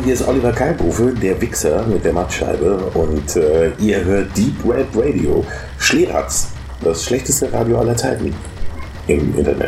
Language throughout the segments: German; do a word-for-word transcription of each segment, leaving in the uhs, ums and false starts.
hier ist Oliver Kalkofe, der Wichser mit der Mattscheibe und äh, ihr hört Deep Red Radio. Schleratz, das schlechteste Radio aller Zeiten im Internet.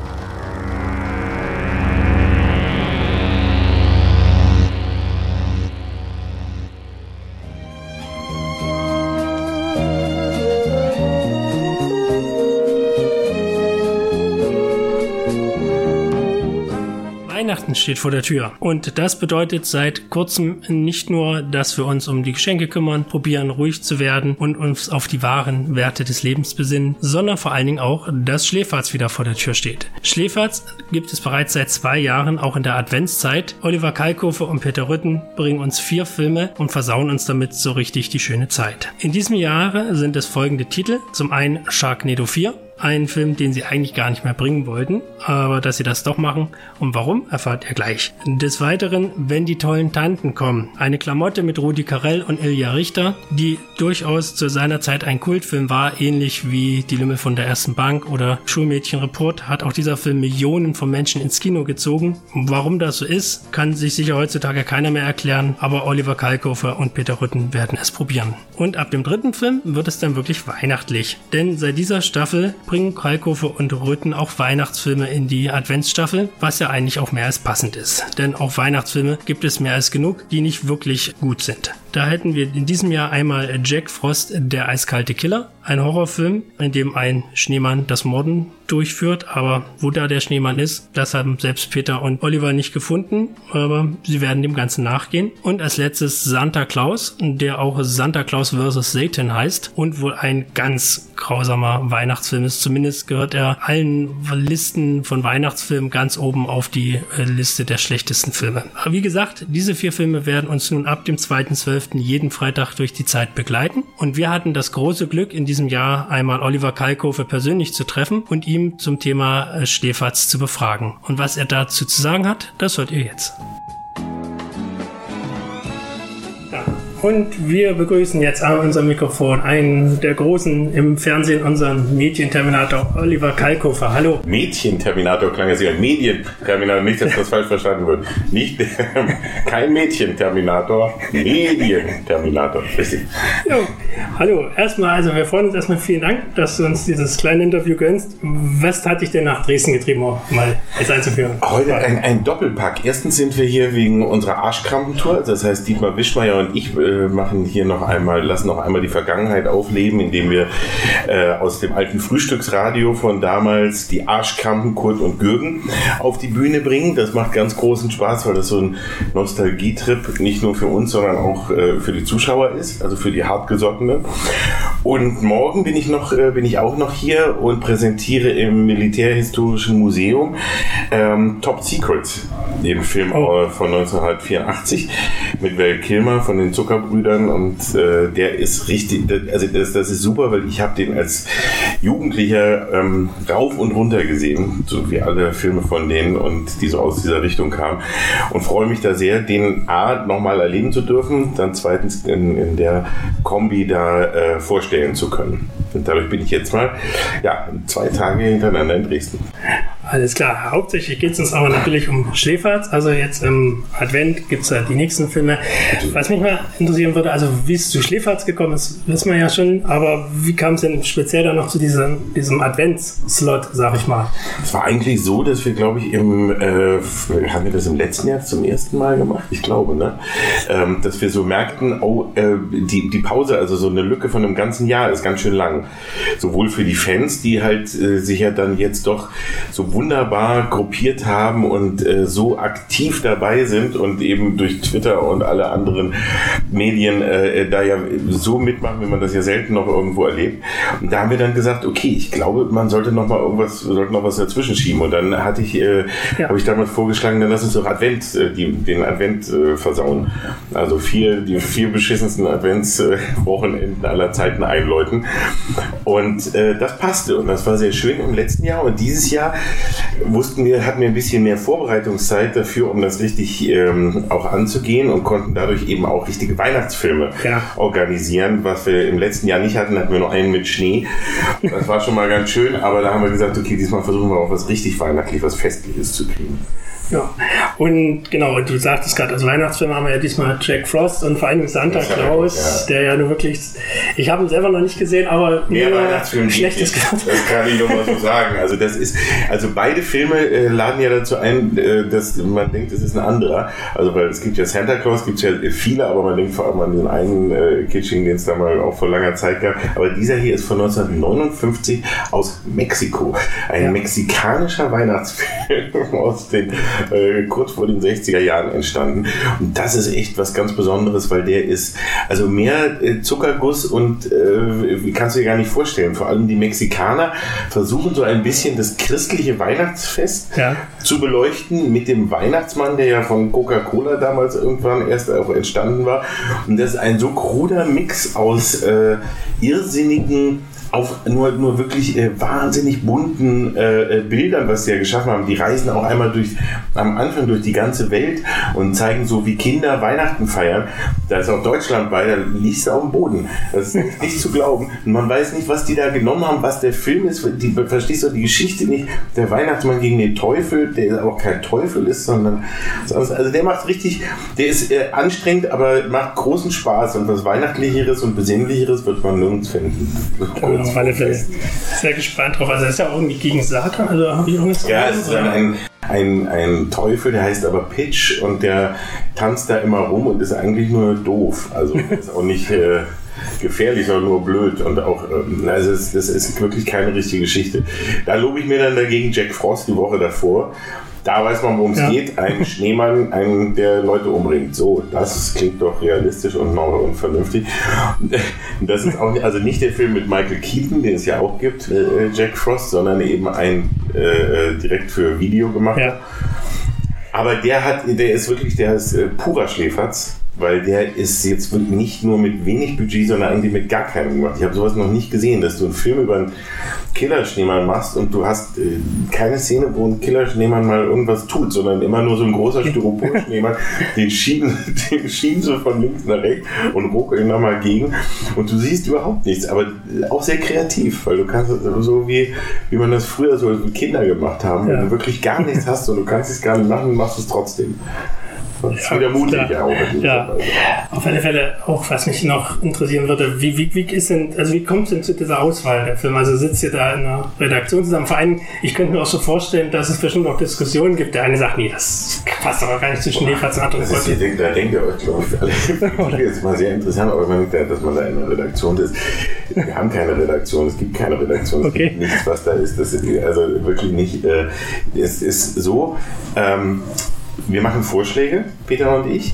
Weihnachten steht vor der Tür und das bedeutet seit kurzem nicht nur, dass wir uns um die Geschenke kümmern, probieren ruhig zu werden und uns auf die wahren Werte des Lebens besinnen, sondern vor allen Dingen auch, dass Schläferz wieder vor der Tür steht. Schläferz gibt es bereits seit zwei Jahren, auch in der Adventszeit. Oliver Kalkofe und Peter Rütten bringen uns vier Filme und versauen uns damit so richtig die schöne Zeit. In diesem Jahr sind es folgende Titel. Zum einen Sharknado vier. Ein Film, den sie eigentlich gar nicht mehr bringen wollten, aber dass sie das doch machen. Und warum, erfahrt ihr gleich. Des Weiteren, Wenn die tollen Tanten kommen. Eine Klamotte mit Rudi Carrell und Ilja Richter, die durchaus zu seiner Zeit ein Kultfilm war, ähnlich wie Die Lümmel von der ersten Bank oder Schulmädchenreport, hat auch dieser Film Millionen von Menschen ins Kino gezogen. Warum das so ist, kann sich sicher heutzutage keiner mehr erklären, aber Oliver Kalkofe und Peter Rütten werden es probieren. Und ab dem dritten Film wird es dann wirklich weihnachtlich, denn seit dieser Staffel bringen Kalkofe und Rütten auch Weihnachtsfilme in die Adventsstaffel, was ja eigentlich auch mehr als passend ist. Denn auch Weihnachtsfilme gibt es mehr als genug, die nicht wirklich gut sind. Da hätten wir in diesem Jahr einmal Jack Frost, der eiskalte Killer, ein Horrorfilm, in dem ein Schneemann das Morden durchführt, aber wo da der Schneemann ist, das haben selbst Peter und Oliver nicht gefunden, aber sie werden dem Ganzen nachgehen. Und als letztes Santa Claus, der auch Santa Claus versus. Satan heißt und wohl ein ganz grausamer Weihnachtsfilm ist. Zumindest gehört er allen Listen von Weihnachtsfilmen ganz oben auf die Liste der schlechtesten Filme. Aber wie gesagt, diese vier Filme werden uns nun ab dem zweiten zwölften jeden Freitag durch die Zeit begleiten. Und wir hatten das große Glück, in diesem Jahr einmal Oliver Kalkofe persönlich zu treffen und ihm zum Thema Schläferz zu befragen. Und was er dazu zu sagen hat, das hört ihr jetzt. Und wir begrüßen jetzt an unserem Mikrofon einen der Großen im Fernsehen, unseren Medienterminator Oliver Kalkofe. Hallo. Mädchenterminator klang ja sehr. Medienterminator, nicht, dass das falsch verstanden wird. Nicht, kein Mädchenterminator, Medienterminator. Richtig. Jo. Hallo. Erstmal, also wir freuen uns erstmal, vielen Dank, dass du uns dieses kleine Interview gönnst. Was hat dich denn nach Dresden getrieben, um mal jetzt einzuführen? Heute ein, ein Doppelpack. Erstens sind wir hier wegen unserer Arschkrampentour. Das heißt, Dietmar Wischmeier und ich äh, machen hier noch einmal, lassen noch einmal die Vergangenheit aufleben, indem wir äh, aus dem alten Frühstücksradio von damals die Arschkrampen Kurt und Gürgen auf die Bühne bringen. Das macht ganz großen Spaß, weil das so ein Nostalgietrip nicht nur für uns, sondern auch äh, für die Zuschauer ist, also für die Hartgesottenen. Und morgen bin ich noch, äh, bin ich auch noch hier und präsentiere im Militärhistorischen Museum ähm, Top Secret, den Film oh. von neunzehnhundertvierundachtzig mit Val Kilmer von den Zuckerbrüdern und äh, der ist richtig, also das, das ist super, weil ich habe den als Jugendlicher ähm, rauf und runter gesehen, so wie alle Filme von denen und die so aus dieser Richtung kamen und freue mich da sehr, den A nochmal erleben zu dürfen, dann zweitens in, in der Kombi da äh, vorstellen zu können. Und dadurch bin ich jetzt mal ja, zwei Tage hintereinander in Dresden. Alles klar. Hauptsächlich geht es uns aber natürlich um Schläferz. Also jetzt im Advent gibt es ja die nächsten Filme. Was mich mal interessieren würde, also wie es zu Schläferz gekommen ist, wissen wir ja schon, aber wie kam es denn speziell dann noch zu diesem, diesem Adventsslot, sag ich mal? Es war eigentlich so, dass wir, glaube ich, im, äh, haben wir das im letzten Jahr zum ersten Mal gemacht? Ich glaube, ne? Ähm, dass wir so merkten, oh, äh, die, die Pause, also so eine Lücke von einem ganzen Jahr ist ganz schön lang. Sowohl für die Fans, die halt äh, sich ja dann jetzt doch so wunderbar gruppiert haben und äh, so aktiv dabei sind und eben durch Twitter und alle anderen Medien äh, da ja so mitmachen, wie man das ja selten noch irgendwo erlebt. Und da haben wir dann gesagt, okay, ich glaube, man sollte noch mal irgendwas, sollte noch was dazwischen schieben. Und dann hatte ich, äh, ja. habe ich damals vorgeschlagen, dann lass uns doch Advent, äh, die, den Advent äh, versauen. Also vier, die vier beschissensten Adventswochenenden äh, aller Zeiten einläuten. Und äh, das passte und das war sehr schön im letzten Jahr. Und dieses Jahr wussten wir, hatten wir ein bisschen mehr Vorbereitungszeit dafür, um das richtig ähm, auch anzugehen und konnten dadurch eben auch richtige Weihnachtsfilme ja. organisieren, was wir im letzten Jahr nicht hatten. Hatten wir noch einen mit Schnee. Das war schon mal ganz schön, aber da haben wir gesagt, okay, diesmal versuchen wir auch was richtig Weihnachtliches, was Festliches zu kriegen. Ja, Und genau, du sagtest gerade, also Weihnachtsfilme haben wir ja diesmal Jack Frost und vor allem Santa Claus, ja. der ja nur wirklich, ich habe ihn selber noch nicht gesehen, aber mehr Weihnachtsfilme Schlechtes gehört. Das kann ich nur mal so sagen. Also das ist, also beide Filme äh, laden ja dazu ein, äh, dass man denkt, es ist ein anderer. Also weil es gibt ja Santa Claus, gibt es ja viele, aber man denkt vor allem an den einen äh, Kitsching, den es da mal auch vor langer Zeit gab. Aber dieser hier ist von neunzehnhundertneunundfünfzig aus Mexiko. Ein ja. mexikanischer Weihnachtsfilm aus den äh, kurz vor den sechziger Jahren entstanden. Und das ist echt was ganz Besonderes, weil der ist also mehr äh, Zuckerguss und äh, kannst du dir gar nicht vorstellen. Vor allem die Mexikaner versuchen so ein bisschen das christliche Weihnachtsfest ja. zu beleuchten mit dem Weihnachtsmann, der ja von Coca-Cola damals irgendwann erst auch entstanden war. Und das ist ein so kruder Mix aus äh, irrsinnigen auf nur, nur wirklich äh, wahnsinnig bunten äh, Bildern, was sie ja geschaffen haben. Die reisen auch einmal durch, am Anfang durch die ganze Welt und zeigen so, wie Kinder Weihnachten feiern. Da ist auch Deutschland bei, da liegst du auf dem Boden. Das ist nicht zu glauben. Und man weiß nicht, was die da genommen haben, was der Film ist. Die, verstehst du die Geschichte nicht? Der Weihnachtsmann gegen den Teufel, der auch kein Teufel ist, sondern also der macht richtig, der ist äh, anstrengend, aber macht großen Spaß. Und was Weihnachtlicheres und Besinnlicheres wird man nirgends finden. Ja, auf alle Fälle. Sehr gespannt drauf. Also, das ist ja auch irgendwie gegen Satan. Also, habe ich irgendwas Ja, es ist ein, ein, ein Teufel, der heißt aber Pitch und der tanzt da immer rum und ist eigentlich nur doof. Also, ist auch nicht äh, gefährlich, sondern nur blöd. Und auch, äh, also, das ist wirklich keine richtige Geschichte. Da lobe ich mir dann dagegen Jack Frost die Woche davor. Da weiß man, worum es ja. geht. Ein Schneemann, ein, der Leute umbringt. So, das klingt doch realistisch und, und vernünftig. Das ist auch also nicht der Film mit Michael Keaton, den es ja auch gibt, äh, Jack Frost, sondern eben ein äh, direkt für Video gemachter. Ja. Aber der hat, der ist wirklich, der ist äh, purer Schläferz. Weil der ist jetzt nicht nur mit wenig Budget, sondern eigentlich mit gar keinem gemacht. Ich habe sowas noch nicht gesehen, dass du einen Film über einen Killerschneemann machst und du hast äh, keine Szene, wo ein Killerschneemann mal irgendwas tut, sondern immer nur so ein großer Styropor-Schneemann, den schieben, den schieben so von links nach rechts und ruckeln nochmal gegen und du siehst überhaupt nichts, aber auch sehr kreativ, weil du kannst so wie, wie man das früher so mit Kindern gemacht haben, ja. wenn du wirklich gar nichts hast und du kannst es gar nicht machen, machst es trotzdem. Das ist ja, wieder mutig, ja. Auch ja. Auf alle Fälle auch, was mich noch interessieren würde, wie, wie, wie ist denn, also wie kommt es denn zu dieser Auswahl der Filme? Also sitzt ihr da in einer Redaktion zusammen? Vor allem, ich könnte mir auch so vorstellen, dass es bestimmt auch Diskussionen gibt. Der eine sagt, nee, das passt aber gar nicht zwischen Schneefatz und anderen Leuten. Da denkt ihr euch, glaube ich, alle. Das ist mal sehr interessant, aber man denkt, dass man da in einer Redaktion ist. Wir haben keine Redaktion, es gibt keine Redaktion, es okay. gibt nichts, was da ist. Das ist also wirklich nicht. Äh, es ist so, ähm, wir machen Vorschläge, Peter und ich.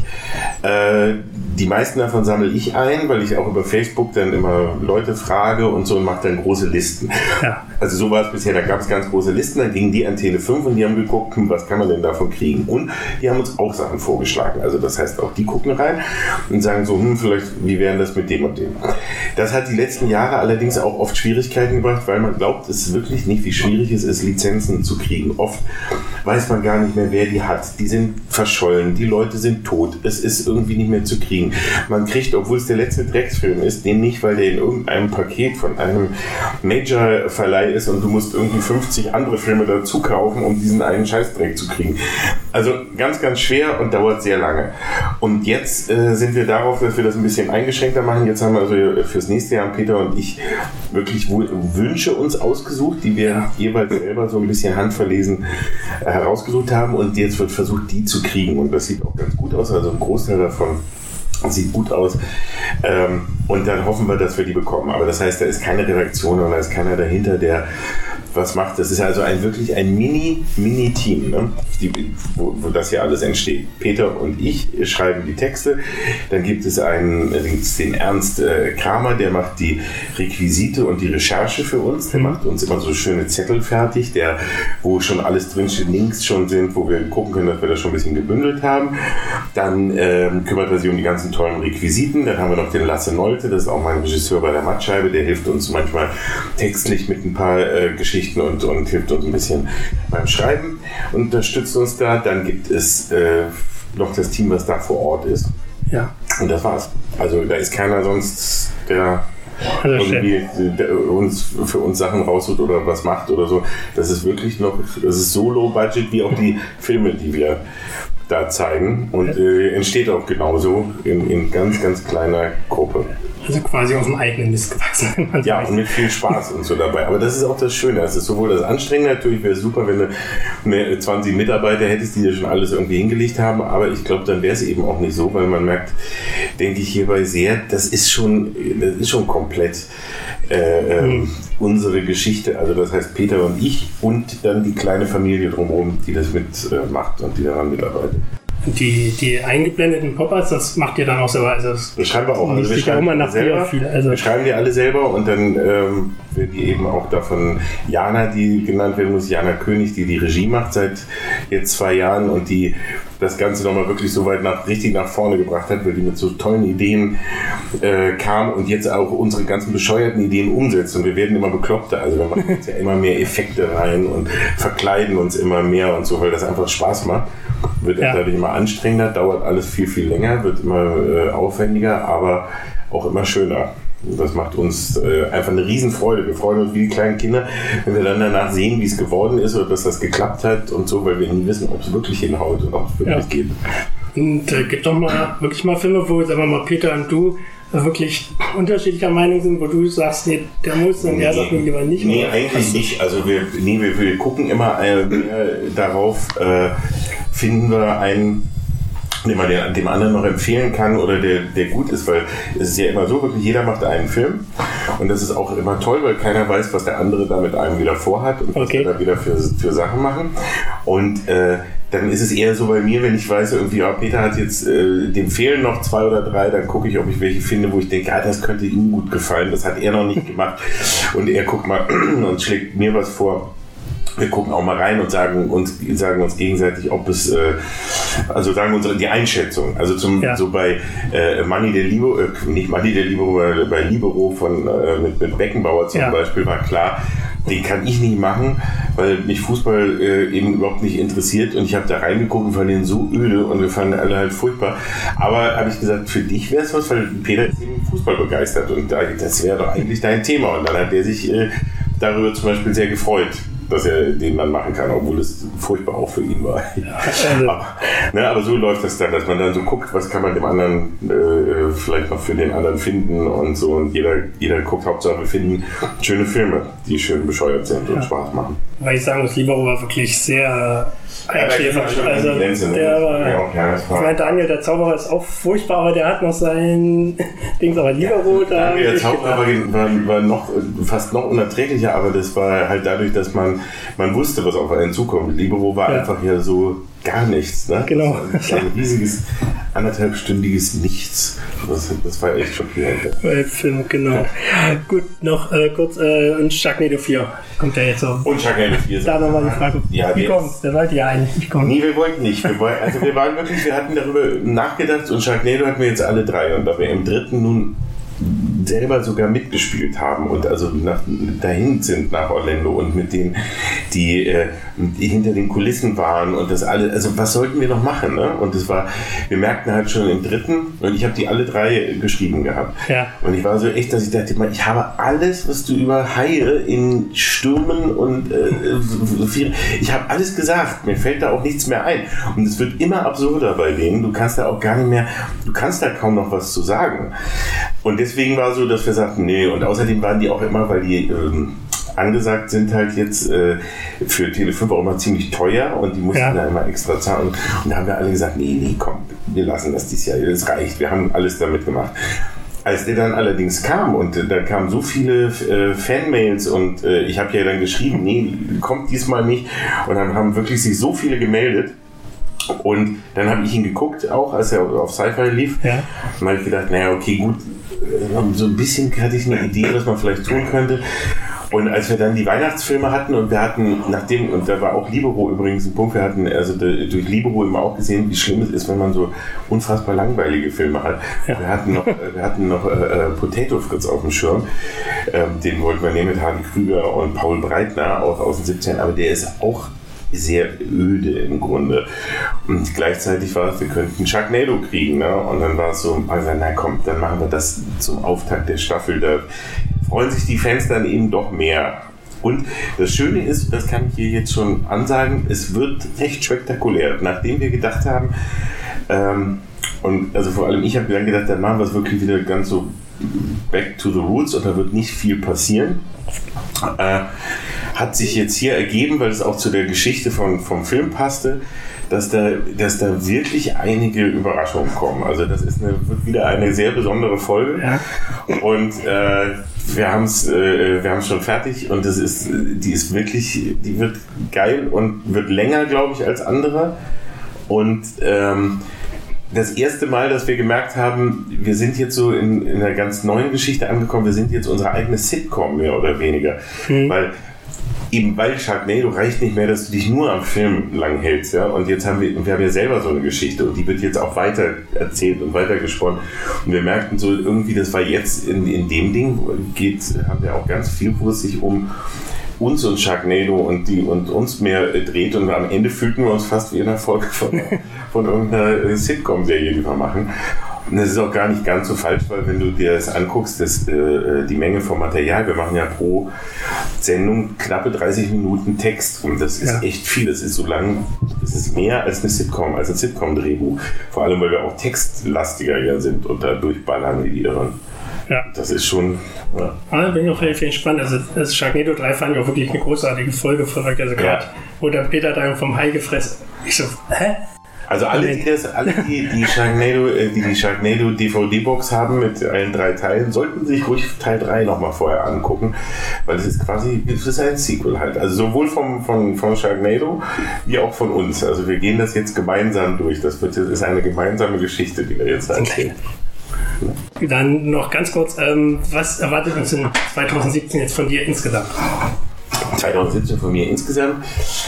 Äh, die meisten davon sammle ich ein, weil ich auch über Facebook dann immer Leute frage und so und mache dann große Listen. Ja. Also so war es bisher, da gab es ganz große Listen, dann gingen die an Tele fünf und die haben geguckt, was kann man denn davon kriegen. Und die haben uns auch Sachen vorgeschlagen. Also das heißt, auch die gucken rein und sagen so, hm, vielleicht, wie wären das mit dem und dem. Das hat die letzten Jahre allerdings auch oft Schwierigkeiten gebracht, weil man glaubt, es ist wirklich nicht, wie schwierig es ist, Lizenzen zu kriegen. Oft weiß man gar nicht mehr, wer die hat. Die sind verschollen, die Leute sind tot, es ist irgendwie nicht mehr zu kriegen. Man kriegt, obwohl es der letzte Drecksfilm ist, den nicht, weil der in irgendeinem Paket von einem Major-Verleih ist und du musst irgendwie fünfzig andere Filme dazu kaufen, um diesen einen Scheißdreck zu kriegen. Also ganz, ganz schwer und dauert sehr lange. Und jetzt äh, sind wir darauf, dass wir das ein bisschen eingeschränkter machen. Jetzt haben wir also fürs nächste Jahr, Peter und ich, wirklich Wünsche uns ausgesucht, die wir jeweils selber so ein bisschen handverlesen äh, herausgesucht haben und jetzt wird versucht, die zu kriegen und das sieht auch ganz gut aus, also ein Großteil davon sieht gut aus ähm, und dann hoffen wir, dass wir die bekommen, aber das heißt, da ist keine Redaktion und da ist keiner dahinter, der was macht. Das ist also ein wirklich ein Mini, Mini-Team, ne? die, wo, wo das hier alles entsteht. Peter und ich schreiben die Texte, dann gibt es einen, dann gibt es den Ernst äh, Kramer, der macht die Requisite und die Recherche für uns, der mhm. macht uns immer so schöne Zettel fertig, der, wo schon alles drinsteht, Links schon sind, wo wir gucken können, dass wir das schon ein bisschen gebündelt haben. Dann ähm, kümmert er sich um die ganzen tollen Requisiten, dann haben wir noch den Lasse Nolte, das ist auch mein Regisseur bei der Mattscheibe, der hilft uns manchmal textlich mit ein paar äh, Geschichten Und, und hilft uns ein bisschen beim Schreiben und unterstützt uns da. Dann gibt es äh, noch das Team, was da vor Ort ist. Ja. Und das war's. Also da ist keiner sonst, der also irgendwie der uns, für uns Sachen rausholt oder was macht oder so. Das ist wirklich noch, das ist so low budget wie auch die Filme, die wir da zeigen und äh, entsteht auch genauso in, in ganz, ganz kleiner Gruppe. Also quasi aus dem eigenen Mist gewachsen. Ja, und mit viel Spaß und so dabei. Aber das ist auch das Schöne. Das ist sowohl das Anstrengende, natürlich wäre es super, wenn du mehr, zwanzig Mitarbeiter hättest, die dir schon alles irgendwie hingelegt haben. Aber ich glaube, dann wäre es eben auch nicht so, weil man merkt, denke ich hierbei sehr, das ist schon, das ist schon komplett äh, ähm, mhm. unsere Geschichte. Also das heißt Peter und ich und dann die kleine Familie drumherum, die das mitmacht äh, macht und die daran mitarbeitet. Die, die eingeblendeten Pop-Ups, das macht ihr dann auch selber. Also das, das schreiben wir auch. Also wir schreiben, auch mal nach selber. Viel, also wir schreiben die alle selber und dann ähm, werden die eben auch davon Jana, die genannt werden muss, Jana König, die die Regie macht seit jetzt zwei Jahren und die das Ganze nochmal wirklich so weit nach, richtig nach vorne gebracht hat, weil die mit so tollen Ideen äh, kam und jetzt auch unsere ganzen bescheuerten Ideen umsetzt und wir werden immer bekloppter, also wir machen jetzt ja immer mehr Effekte rein und verkleiden uns immer mehr und so, weil das einfach Spaß macht. Wird ja. dadurch immer anstrengender, dauert alles viel, viel länger, wird immer äh, aufwendiger, aber auch immer schöner. Das macht uns äh, einfach eine Riesenfreude. Wir freuen uns wie die kleinen Kinder, wenn wir dann danach sehen, wie es geworden ist oder dass das geklappt hat und so, weil wir nie wissen, ob es wirklich hinhaut und ob es wirklich ja. geht. Und äh, gibt doch mal wirklich mal Filme, wo, sagen wir mal, Peter und du wirklich unterschiedlicher Meinung sind, wo du sagst, nee, der muss und er sagt mir lieber nicht. Nee, eigentlich nicht. Also wir, nee, wir, wir gucken immer äh, darauf, äh, finden wir einen, den man dem anderen noch empfehlen kann oder der, der gut ist, weil es ist ja immer so, wirklich jeder macht einen Film und das ist auch immer toll, weil keiner weiß, was der andere da mit einem wieder vorhat und was okay. wir da wieder für, für Sachen machen und äh, dann ist es eher so bei mir, wenn ich weiß, irgendwie, ja, Peter hat jetzt, äh, dem fehlen noch zwei oder drei, dann gucke ich, ob ich welche finde, wo ich denke, ah, das könnte ihm gut gefallen, das hat er noch nicht gemacht und er guckt mal und schlägt mir was vor. Wir gucken auch mal rein und sagen uns, sagen uns gegenseitig, ob es, äh, also sagen uns die Einschätzung. Also zum ja. so bei äh, Manni der Libero, äh, nicht Manni der Libero, äh, bei Libero von äh, mit, mit Beckenbauer zum ja. Beispiel war klar, den kann ich nicht machen, weil mich Fußball äh, eben überhaupt nicht interessiert und ich habe da reingeguckt und fand den so öde und wir fanden alle halt furchtbar. Aber habe ich gesagt, für dich wäre es was, weil Peter ist eben Fußball begeistert und da, das wäre doch eigentlich dein Thema. Und dann hat der sich äh, darüber zum Beispiel sehr gefreut, dass er den dann machen kann, obwohl es furchtbar auch für ihn war. Ja, also. aber, ne, aber so läuft das dann, dass man dann so guckt, was kann man dem anderen äh, vielleicht noch für den anderen finden und so und jeder, jeder guckt, Hauptsache wir finden schöne Filme, die schön bescheuert sind und ja. Spaß machen. Weil ich sagen muss, Libero war wirklich sehr einschläfernd. Ja, also Grenze, ne? der war, ja, ja, ich meine, Daniel, der Zauberer ist auch furchtbar, aber der hat noch sein Dings, aber Libero ja, da. Daniel, der Zauberer war, war noch, fast noch unerträglicher, aber das war halt dadurch, dass man, man wusste, was auf einen zukommt. Libero war ja. einfach ja so gar nichts. Ne? Genau. Das war ein riesiges, anderthalbstündiges Nichts. Das, das war echt schockierend. Bei Film, genau. Ja. Gut, noch äh, kurz, äh, und Sharknado vier kommt ja jetzt so. Und Sharknado vier. Da nochmal die Frage, ja, wie kommt Der sollte ja eigentlich nicht kommen. Nee, wir wollten nicht. Wir wollten, also wir waren wirklich, wir hatten darüber nachgedacht und Sharknado hatten wir jetzt alle drei. Und da wir im dritten nun selber sogar mitgespielt haben und also nach, dahin sind nach Orlando und mit denen, die, äh, die hinter den Kulissen waren und das alle, also was sollten wir noch machen, ne? Und das war, wir merkten halt schon im dritten und ich habe die alle drei geschrieben gehabt. Ja. Und ich war so echt, dass ich dachte, ich habe alles, was du über Haie in Stürmen und äh, so viel, ich habe alles gesagt, mir fällt da auch nichts mehr ein. Und es wird immer absurder bei denen, du kannst da auch gar nicht mehr, du kannst da kaum noch was zu sagen. Und deswegen war so, dass wir sagten, nee, und außerdem waren die auch immer, weil die ähm, angesagt sind halt jetzt äh, für Tele fünf auch immer ziemlich teuer und die mussten ja. da immer extra zahlen. Und, und da haben wir alle gesagt, nee, nee, komm, wir lassen das dieses Jahr, das reicht, wir haben alles damit gemacht. Als der dann allerdings kam und äh, da kamen so viele äh, Fanmails und äh, ich habe ja dann geschrieben, nee, kommt diesmal nicht und dann haben wirklich sich so viele gemeldet. Und dann habe ich ihn geguckt, auch als er auf Sci-Fi lief. Ja. Und habe ich gedacht, naja, okay, gut, so ein bisschen hatte ich eine Idee, was man vielleicht tun könnte. Und als wir dann die Weihnachtsfilme hatten und wir hatten, nachdem, und da war auch Libero übrigens ein Punkt, wir hatten also durch Libero immer auch gesehen, wie schlimm es ist, wenn man so unfassbar langweilige Filme hat. Ja. Wir hatten noch, wir hatten noch äh, Potato Fritz auf dem Schirm, ähm, den wollten wir nehmen mit Hardy Krüger und Paul Breitner, auch aus den siebzigern, aber der ist auch sehr öde im Grunde. Und gleichzeitig war es, wir könnten Sharknado kriegen, ne? Und dann war es so, also, na komm, dann machen wir das zum Auftakt der Staffel. Da freuen sich die Fans dann eben doch mehr Und das Schöne ist, das kann ich hier jetzt schon ansagen, es wird recht spektakulär. Nachdem wir gedacht haben, ähm, und also vor allem ich habe dann gedacht, dann machen wir es wirklich wieder ganz so back to the roots und da wird nicht viel passieren. Äh, hat sich jetzt hier ergeben, weil es auch zu der Geschichte von, vom Film passte, dass da, dass da wirklich einige Überraschungen kommen. Also das ist eine, wird wieder eine sehr besondere Folge. Ja. Und äh, wir haben es äh, wir haben es schon fertig und das ist, die ist wirklich, die wird geil und wird länger, glaube ich, als andere. Und ähm, das erste Mal, dass wir gemerkt haben, wir sind jetzt so in, in einer ganz neuen Geschichte angekommen, wir sind jetzt unsere eigene Sitcom, mehr oder weniger. Mhm. Weil eben weil Sharknado reicht nicht mehr, dass du dich nur am Film lang hältst, ja. Und jetzt haben wir, wir haben ja selber so eine Geschichte und die wird jetzt auch weiter erzählt und weiter gesponnen. Und wir merkten so irgendwie, das war jetzt in, in dem Ding, geht, haben wir auch ganz viel, wo es sich um uns und Sharknado und die und uns mehr dreht und am Ende fühlten wir uns fast wie in einer Folge von, von irgendeiner Sitcom-Serie, die wir machen. Und das ist auch gar nicht ganz so falsch, weil wenn du dir das anguckst, das, äh, die Menge von Material, wir machen ja pro Sendung knappe dreißig Minuten Text und das ist ja echt viel, das ist so lang, das ist mehr als eine Sitcom, als ein Sitcom-Drehbuch. Vor allem, weil wir auch textlastiger hier sind und da durchballern wie die Irren. Ja. Das ist schon. Ja. Ah, bin ich auch völlig spannend. Also, das Sharknado drei fand ich auch wirklich eine großartige Folge von euch. Also, gerade, ja. wo der Peter da vom Hai gefressen. Ich so, hä? Also, alle, die, das, alle, die die Sharknado, die, die Sharknado D V D-Box haben mit allen drei Teilen, sollten sich ruhig Teil drei nochmal vorher angucken, weil das ist quasi, das ist ein Sequel halt. Also, sowohl vom, von, von Sharknado wie auch von uns. Also, wir gehen das jetzt gemeinsam durch. Das, wird, das ist eine gemeinsame Geschichte, die wir jetzt erzählen. Dann noch ganz kurz, ähm, was erwartet uns in zwanzig siebzehn jetzt von dir insgesamt? zwanzig siebzehn von mir insgesamt?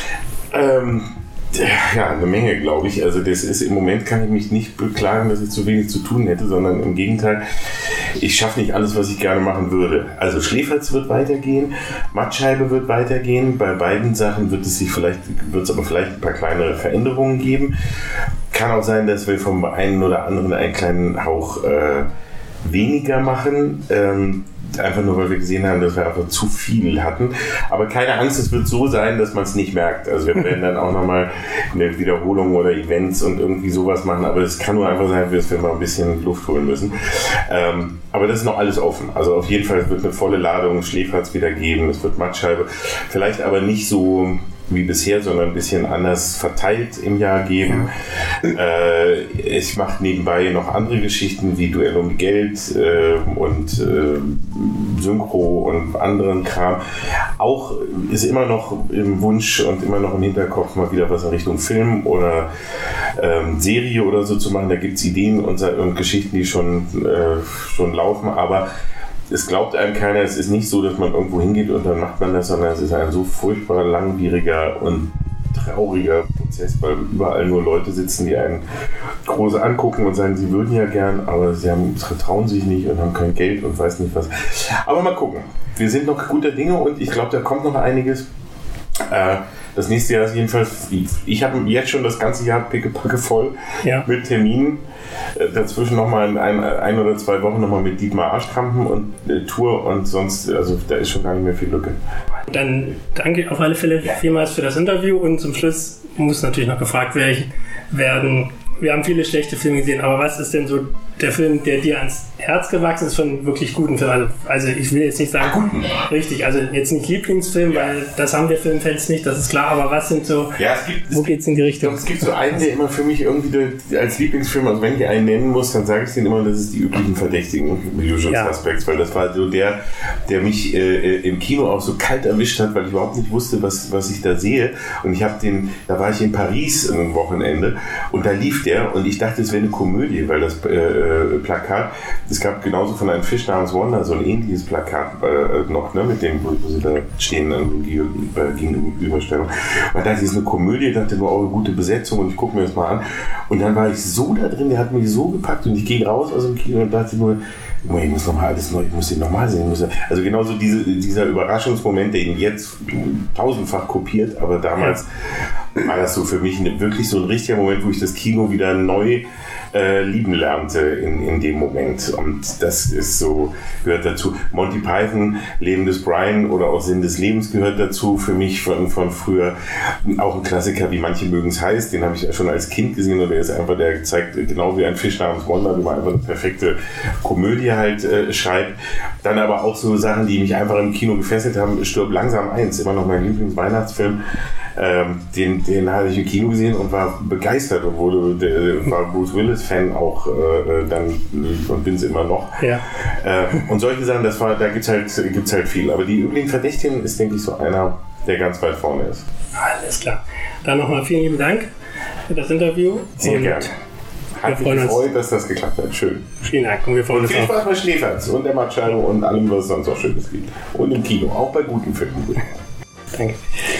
Ähm, ja, eine Menge, glaube ich. Also das ist im Moment, kann ich mich nicht beklagen, dass ich zu wenig zu tun hätte, sondern im Gegenteil, ich schaffe nicht alles, was ich gerne machen würde. Also Schläferz wird weitergehen, Mattscheibe wird weitergehen. Bei beiden Sachen wird es sich vielleicht, wird es aber vielleicht ein paar kleinere Veränderungen geben. Kann auch sein, dass wir vom einen oder anderen einen kleinen Hauch äh, weniger machen. Ähm, einfach nur, weil wir gesehen haben, dass wir einfach zu viel hatten. Aber keine Angst, es wird so sein, dass man es nicht merkt. Also wir werden dann auch nochmal eine Wiederholung oder Events und irgendwie sowas machen. Aber es kann nur einfach sein, dass wir mal ein bisschen Luft holen müssen. Ähm, aber das ist noch alles offen. Also auf jeden Fall wird eine volle Ladung Schläferz wieder geben. Es wird Mattscheibe. Vielleicht aber nicht so wie bisher, sondern ein bisschen anders verteilt im Jahr geben. Äh, ich mache nebenbei noch andere Geschichten wie Duell um Geld äh, und äh, Synchro und anderen Kram. Auch ist immer noch im Wunsch und immer noch im Hinterkopf, mal wieder was in Richtung Film oder ähm, Serie oder so zu machen. Da gibt es Ideen und, und Geschichten, die schon, äh, schon laufen, aber es glaubt einem keiner, es ist nicht so, dass man irgendwo hingeht und dann macht man das, sondern es ist ein so furchtbar langwieriger und trauriger Prozess, weil überall nur Leute sitzen, die einen groß angucken und sagen, sie würden ja gern, aber sie haben, trauen sich nicht und haben kein Geld und weiß nicht was. Aber mal gucken. Wir sind noch guter Dinge und ich glaube, da kommt noch einiges. Äh, das nächste Jahr ist jedenfalls, ich habe jetzt schon das ganze Jahr pickepacke voll ja. mit Terminen. Dazwischen nochmal in ein, ein oder zwei Wochen nochmal mit Dietmar Arschkrampen und äh, Tour und sonst, also da ist schon gar nicht mehr viel Lücke. Dann danke auf alle Fälle vielmals für das Interview und zum Schluss muss natürlich noch gefragt werden, wir haben viele schlechte Filme gesehen, aber was ist denn so der Film, der dir ans Herz gewachsen ist von wirklich guten Filmen? Also ich will jetzt nicht sagen, richtig, also jetzt nicht Lieblingsfilm, weil das haben wir Filmfans nicht, das ist klar, aber was sind so, ja, es gibt, wo geht's in die Richtung? Doch, es gibt so einen, der immer für mich irgendwie der, als Lieblingsfilm, also wenn ich einen nennen muss, dann sage ich den immer, das ist die üblichen Verdächtigen, Usual ja. Suspects, weil das war so der, der mich äh, im Kino auch so kalt erwischt hat, weil ich überhaupt nicht wusste, was, was ich da sehe und ich habe den, da war ich in Paris ein Wochenende und da lief der und ich dachte, es wäre eine Komödie, weil das äh, Plakat, es gab genauso von einem Fisch namens Wanda so ein ähnliches Plakat äh, noch, ne, mit dem, wo sie da stehen, irgendwie äh, Gegenüberstellung. Und da dachte ich, es ist eine Komödie, dachte nur, oh, eine gute Besetzung und ich gucke mir das mal an. Und dann war ich so da drin, der hat mich so gepackt und ich ging raus aus dem Kino und dachte nur, ich muss nochmal alles neu, ich muss den nochmal sehen. Muss, also genauso diese, dieser Überraschungsmoment, der ihn jetzt tausendfach kopiert, aber damals war das so für mich eine, wirklich so ein richtiger Moment, wo ich das Kino wieder neu äh, lieben lernte in, in dem Moment. Und das ist so, gehört dazu. Monty Python, Leben des Brian oder auch Sinn des Lebens gehört dazu für mich von, von früher. Auch ein Klassiker, wie manche mögen es heißt, den habe ich ja schon als Kind gesehen und der ist einfach, der zeigt genau wie ein Fisch namens Wanda, wie man einfach eine perfekte Komödie halt äh, schreibt. Dann aber auch so Sachen, die mich einfach im Kino gefesselt haben. Stirb langsam eins, immer noch mein Lieblingsweihnachtsfilm. Ähm, den, den hatte ich im Kino gesehen und war begeistert und wurde, der, war Bruce Willis-Fan auch äh, dann und bin es immer noch. Ja. Äh, und solche Sachen, das war, da gibt es halt, gibt's halt viel. Aber die übrigen Verdächtigen ist, denke ich, so einer, der ganz weit vorne ist. Alles klar. Dann nochmal vielen lieben Dank für das Interview. Sehr gerne. Hat mich gefreut, dass das geklappt hat. Schön. Vielen Dank. Und wir freuen uns viel Spaß bei Schläferz und der Matscheibe und allem, was es sonst auch Schönes gibt. Und im Kino, auch bei guten Filmen. Danke.